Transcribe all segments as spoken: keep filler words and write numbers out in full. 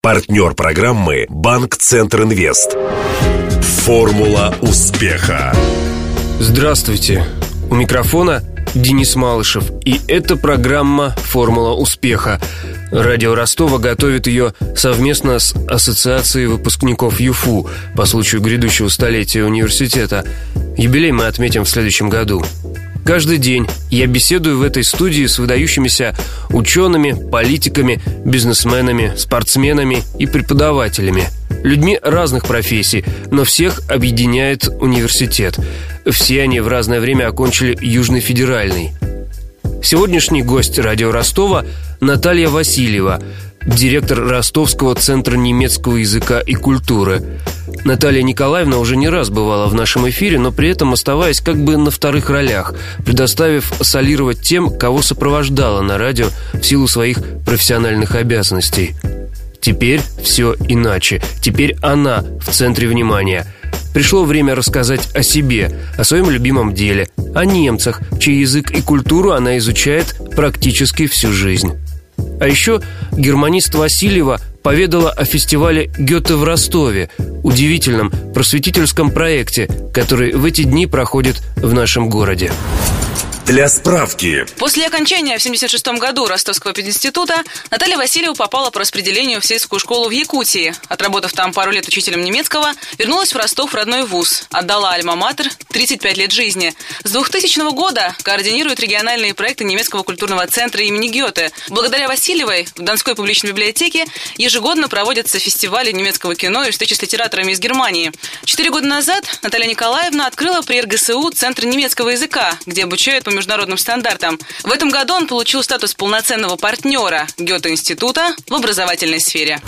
Партнер программы «Банк Центр Инвест». Формула успеха. Здравствуйте. У микрофона Денис Малышев. И это программа «Формула успеха». Радио Ростова готовит ее совместно с Ассоциацией выпускников ЮФУ по случаю грядущего столетия университета. Юбилей мы отметим в следующем году. Каждый день я беседую в этой студии с выдающимися учеными, политиками, бизнесменами, спортсменами и преподавателями. Людьми разных профессий, но всех объединяет университет. Все они в разное время окончили Южный федеральный. Сегодняшний гость радио Ростова – Наталья Васильева, директор Ростовского центра немецкого языка и культуры. Наталья Николаевна уже не раз бывала в нашем эфире, но при этом оставаясь как бы на вторых ролях, предоставив солировать тем, кого сопровождала на радио в силу своих профессиональных обязанностей. Теперь все иначе. Теперь она в центре внимания. Пришло время рассказать о себе, о своем любимом деле, о немцах, чей язык и культуру она изучает практически всю жизнь. А еще германист Васильева поведала о фестивале Гёте в Ростове, удивительном просветительском проекте, который в эти дни проходит в нашем городе. Для справки. После окончания в семьдесят шестом году Ростовского пединститута Наталья Васильева попала по распределению в сельскую школу в Якутии. Отработав там пару лет учителем немецкого, вернулась в Ростов в родной вуз. Отдала альма-матер тридцать пять лет жизни. С двухтысячного года координирует региональные проекты немецкого культурного центра имени Гёте. Благодаря Васильевой в Донской публичной библиотеке ежегодно проводятся фестивали немецкого кино и встречи с литераторами из Германии. Четыре года назад Наталья Николаевна открыла при эр гэ эс у Центр немецкого языка, где обучают по международным стандартам. В этом году он получил статус полноценного партнера Гёте-института в образовательной сфере.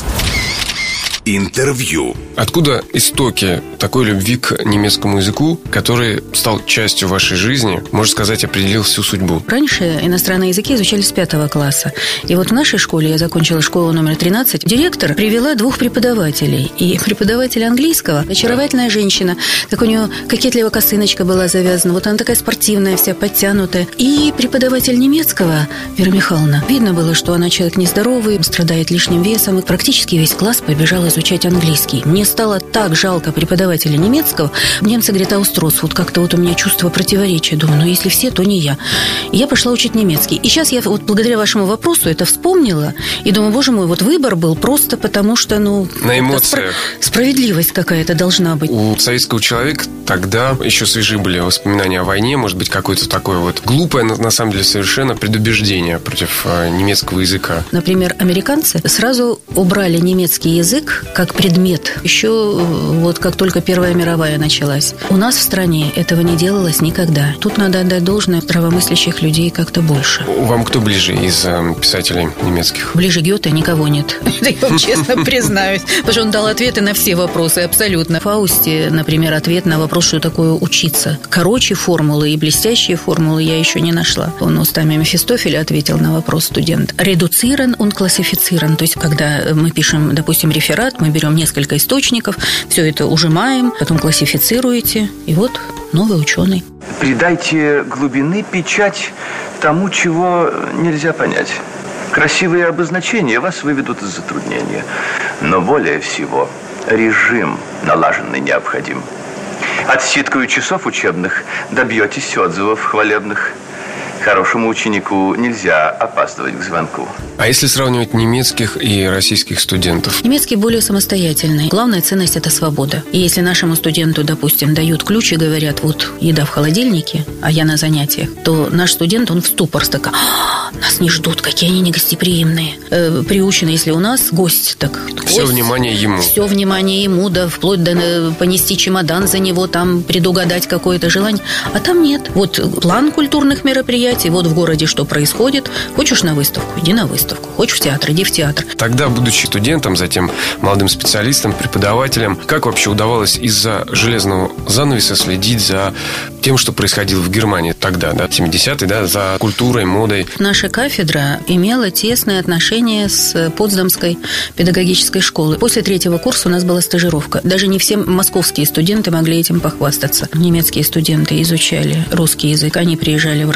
Интервью. Откуда истоки такой любви к немецкому языку, который стал частью вашей жизни, можно сказать, определил всю судьбу? Раньше иностранные языки изучали с пятого класса. И вот в нашей школе, я закончила школу номер тринадцать, директор привела двух преподавателей. И преподаватель английского, очаровательная женщина, так у нее кокетливая косыночка была завязана, вот она такая спортивная, вся подтянутая. И преподаватель немецкого, Вера Михайловна, видно было, что она человек нездоровый, страдает лишним весом, и практически весь класс побежал изучать английский. Мне стало так жалко преподавателя немецкого. Немцы говорят, аустрос. Вот как-то вот у меня чувство противоречия. Думаю, ну если все, то не я. И я пошла учить немецкий. И сейчас я вот благодаря вашему вопросу это вспомнила. И думаю, боже мой, вот выбор был просто потому, что, ну... На эмоциях. Спро- справедливость какая-то должна быть. У советского человека тогда еще свежи были воспоминания о войне. Может быть, какое-то такое вот глупое, на самом деле, совершенно предубеждение против немецкого языка. Например, американцы сразу убрали немецкий язык как предмет. Еще вот как только Первая мировая началась. У нас в стране этого не делалось никогда. Тут надо отдать должное, здравомыслящих людей как-то больше. Вам кто ближе из э, писателей немецких? Ближе Гёте никого нет. Я вам честно признаюсь. Потому что он дал ответы на все вопросы абсолютно. В Фаусте, например, ответ на вопрос, что такое учиться. Короче формулы и блестящие формулы я еще не нашла. Он устами Мефистофеля ответил на вопрос студент. Редуциран und классифициран. То есть, когда мы пишем, допустим, реферат, мы берем несколько источников, все это ужимаем, потом классифицируете, и вот новый ученый. Придайте глубины печать тому, чего нельзя понять. Красивые обозначения вас выведут из затруднения. Но более всего режим налаженный необходим. Отсчиткою часов учебных добьетесь отзывов хвалебных. Хорошему ученику нельзя опаздывать к звонку. А если сравнивать немецких и российских студентов? Немецкий более самостоятельный. Главная ценность – это свобода. И если нашему студенту, допустим, дают ключ и говорят, вот еда в холодильнике, а я на занятиях, то наш студент, он в ступор такой, а, нас не ждут, какие они негостеприимные. Э, приучено, если у нас гость, так все гость, внимание ему. Все внимание ему, да, вплоть до понести чемодан за него, там предугадать какое-то желание. А там нет. Вот план культурных мероприятий, вот в городе что происходит. Хочешь на выставку, иди на выставку. Хочешь в театр, иди в театр. Тогда, будучи студентом, затем молодым специалистом, преподавателем, как вообще удавалось из-за железного занавеса следить за тем, что происходило в Германии тогда, да, семидесятые, да, за культурой, модой? Наша кафедра имела тесное отношение с Потсдамской педагогической школой. После третьего курса у нас была стажировка. Даже не все московские студенты могли этим похвастаться. Немецкие студенты изучали русский язык, они приезжали в Ростовск,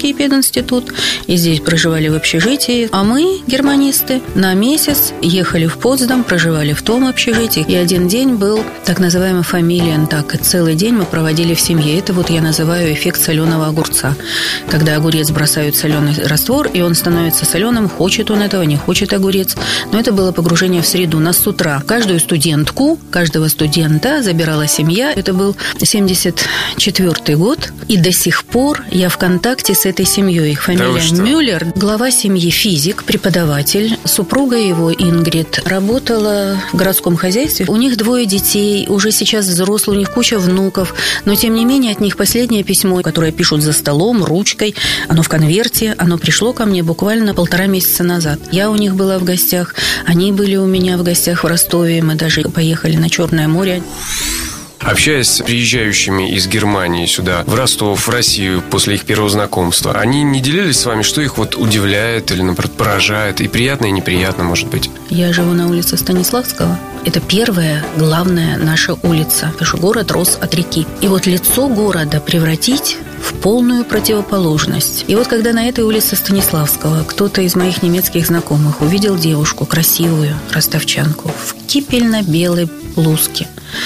немецкий пединститут, и здесь проживали в общежитии. А мы, германисты, на месяц ехали в Потсдам, проживали в том общежитии. И один день был так называемый фамилиентаг. И целый день мы проводили в семье. Это вот я называю эффект соленого огурца. Когда огурец бросают в соленый раствор, и он становится соленым, хочет он этого, не хочет огурец. Но это было погружение в среду. Нас с утра каждую студентку, каждого студента забирала семья. Это был семьдесят четвёртый год. И до сих пор я в контакте с этой семьей. Их фамилия да Мюллер. Глава семьи физик, преподаватель. Супруга его, Ингрид, работала в городском хозяйстве. У них двое детей, уже сейчас взрослые, у них куча внуков. Но, тем не менее, от них последнее письмо, которое пишут за столом, ручкой, оно в конверте, оно пришло ко мне буквально полтора месяца назад. Я у них была в гостях, они были у меня в гостях в Ростове, мы даже поехали на Черное море. Общаясь с приезжающими из Германии сюда, в Ростов, в Россию, после их первого знакомства, они не делились с вами, что их вот удивляет или, наоборот, поражает, и приятно, и неприятно, может быть? Я живу на улице Станиславского. Это первая, главная наша улица, потому что город рос от реки. И вот лицо города превратить в полную противоположность. И вот когда на этой улице Станиславского кто-то из моих немецких знакомых увидел девушку, красивую ростовчанку, в кипельно-белой блузке,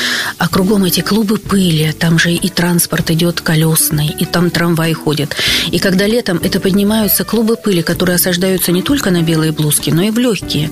а кругом эти клубы пыли, там же и транспорт идет колесный, и там трамвай ходит. И когда летом это поднимаются клубы пыли, которые осаждаются не только на белые блузки, но и в легкие.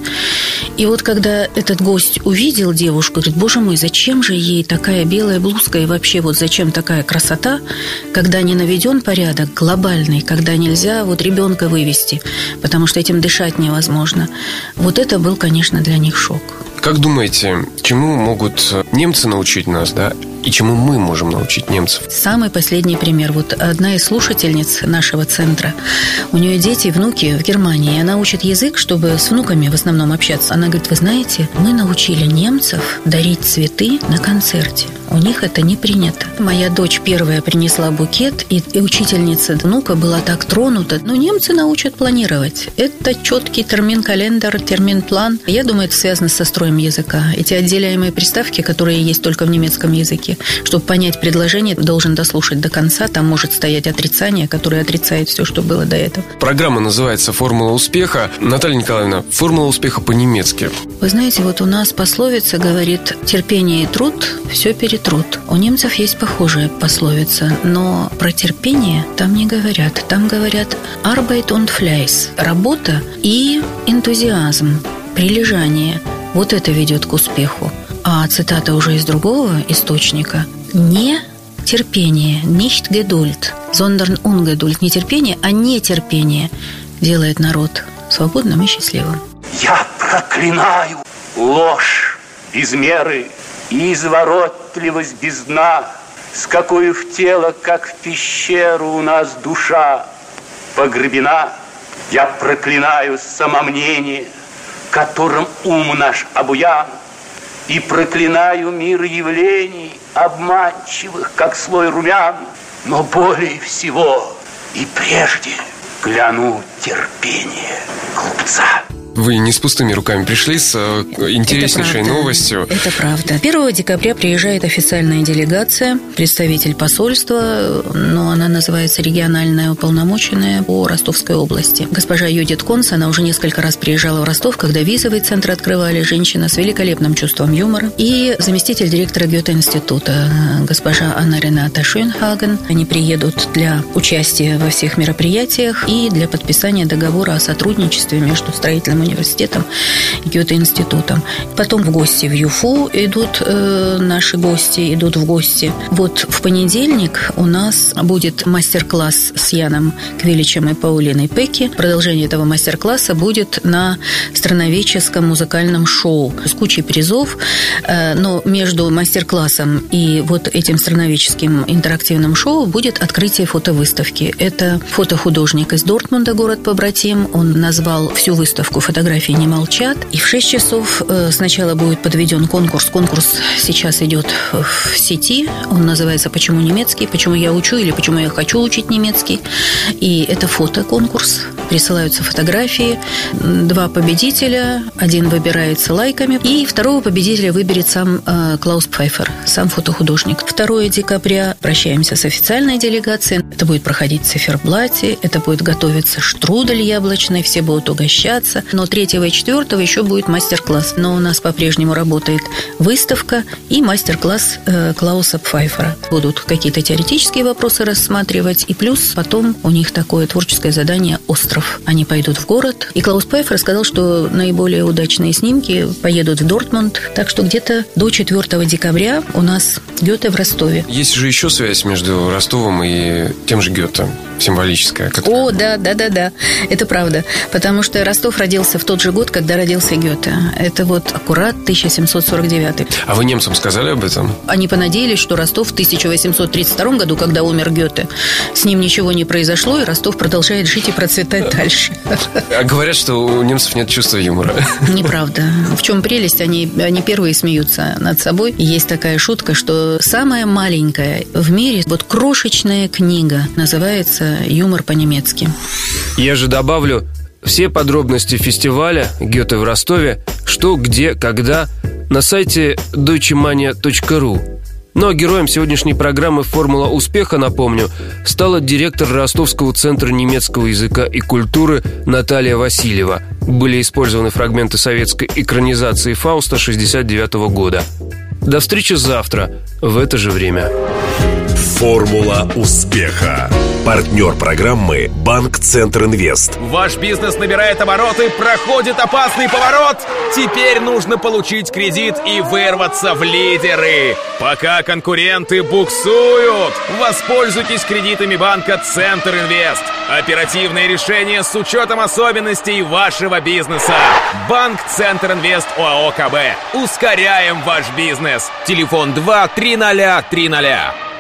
И вот когда этот гость увидел девушку, говорит: боже мой, зачем же ей такая белая блузка, и вообще вот зачем такая красота, когда не наведен порядок глобальный, когда нельзя вот ребенка вывести, потому что этим дышать невозможно. Вот это был, конечно, для них шок. Как думаете, чему могут немцы научить нас, да? И чему мы можем научить немцев? Самый последний пример. Вот одна из слушательниц нашего центра, у нее дети, внуки в Германии, и она учит язык, чтобы с внуками в основном общаться. Она говорит: вы знаете, мы научили немцев дарить цветы на концерте. У них это не принято. Моя дочь первая принесла букет, и, и учительница внука была так тронута. Но немцы научат планировать. Это четкий термин-календарь, термин-план. Я думаю, это связано со строем языка. Эти отделяемые приставки, которые есть только в немецком языке. Чтобы понять предложение, должен дослушать до конца. Там может стоять отрицание, которое отрицает все, что было до этого. Программа называется «Формула успеха». Наталья Николаевна, формула успеха по-немецки. Вы знаете, вот у нас пословица говорит: терпение и труд все перетрут. У немцев есть похожая пословица, но про терпение там не говорят. Там говорят «Arbeit und Fleiß» – работа и энтузиазм, прилежание. Вот это ведет к успеху. А цитата уже из другого источника: не терпение, nicht Geduld, sondern Ungeduld. Не терпение, а нетерпение делает народ свободным и счастливым. Я проклинаю ложь без меры и изворотливость без дна, с какой в тело, как в пещеру, у нас душа погребена. Я проклинаю самомнение, которым ум наш обуян, и проклинаю мир явлений, обманчивых, как слой румян. Но более всего и прежде кляну терпение глупца. Вы не с пустыми руками пришли, с интереснейшей Это новостью. Это правда. первого декабря приезжает официальная делегация, представитель посольства, но она называется региональная уполномоченная по Ростовской области. Госпожа Юдит Конс, она уже несколько раз приезжала в Ростов, когда визовый центр открывали. Женщина с великолепным чувством юмора. И заместитель директора Гёте-института, госпожа Анна Рената Шёнхаген. Они приедут для участия во всех мероприятиях и для подписания договора о сотрудничестве между строительным университетом и Гёте-институтом. Потом в гости в ЮФУ идут э, наши гости, идут в гости. Вот в понедельник у нас будет мастер-класс с Яном Квиличем и Паулиной Пекки. Продолжение этого мастер-класса будет на страноведческом музыкальном шоу с кучей призов. Э, но между мастер-классом и вот этим страноведческим интерактивным шоу будет открытие фотовыставки. Это фотохудожник из Дортмунда, город побратим. Он назвал всю выставку фотографий фотографии не молчат. И в шесть часов сначала будет подведен конкурс. Конкурс сейчас идет в сети. Он называется «Почему немецкий?», «Почему я учу?» или «Почему я хочу учить немецкий?». И это фотоконкурс. Присылаются фотографии. Два победителя. Один выбирается лайками. И второго победителя выберет сам э, Клаус Пфайфер, сам фотохудожник. второго декабря прощаемся с официальной делегацией. Это будет проходить в циферблате. Это будет готовиться штрудель яблочный. Все будут угощаться. Но третьего и четвёртого еще будет мастер-класс. Но у нас по-прежнему работает выставка и мастер-класс э, Клауса Пфайфера. Будут какие-то теоретические вопросы рассматривать. И плюс потом у них такое творческое задание «Остров». Они пойдут в город. И Клаус Пфайфер сказал, что наиболее удачные снимки поедут в Дортмунд. Так что где-то до четвёртого декабря у нас Гёте в Ростове. Есть же еще связь между Ростовом и тем же Гёте, символическая. Как... О, да, да, да, да. Это правда. Потому что Ростов родился в тот же год, когда родился Гёте. Это вот аккурат тысяча семьсот сорок девятый. А вы немцам сказали об этом? Они понадеялись, что Ростов в тысяча восемьсот тридцать втором году, когда умер Гёте, с ним ничего не произошло, и Ростов продолжает жить и процветать дальше. А говорят, что у немцев нет чувства юмора. Неправда. В чем прелесть? Они, они первые смеются над собой. Есть такая шутка, что самая маленькая в мире, вот крошечная книга, называется «Юмор по-немецки». Я же добавлю все подробности фестиваля «Гёте в Ростове», что, где, когда, на сайте дойче мания точка ру. Ну а героем сегодняшней программы «Формула успеха», напомню, стала директор Ростовского центра немецкого языка и культуры Наталья Васильева. Были использованы фрагменты советской экранизации «Фауста» шестьдесят девятого года. До встречи завтра в это же время. «Формула успеха». Партнер программы «Банк Центр Инвест». Ваш бизнес набирает обороты, проходит опасный поворот. Теперь нужно получить кредит и вырваться в лидеры. Пока конкуренты буксуют, воспользуйтесь кредитами банка Центр Инвест. Оперативные решения с учетом особенностей вашего бизнеса. Банк Центр Инвест ОАО КБ. Ускоряем ваш бизнес. Телефон два три ноль три ноль.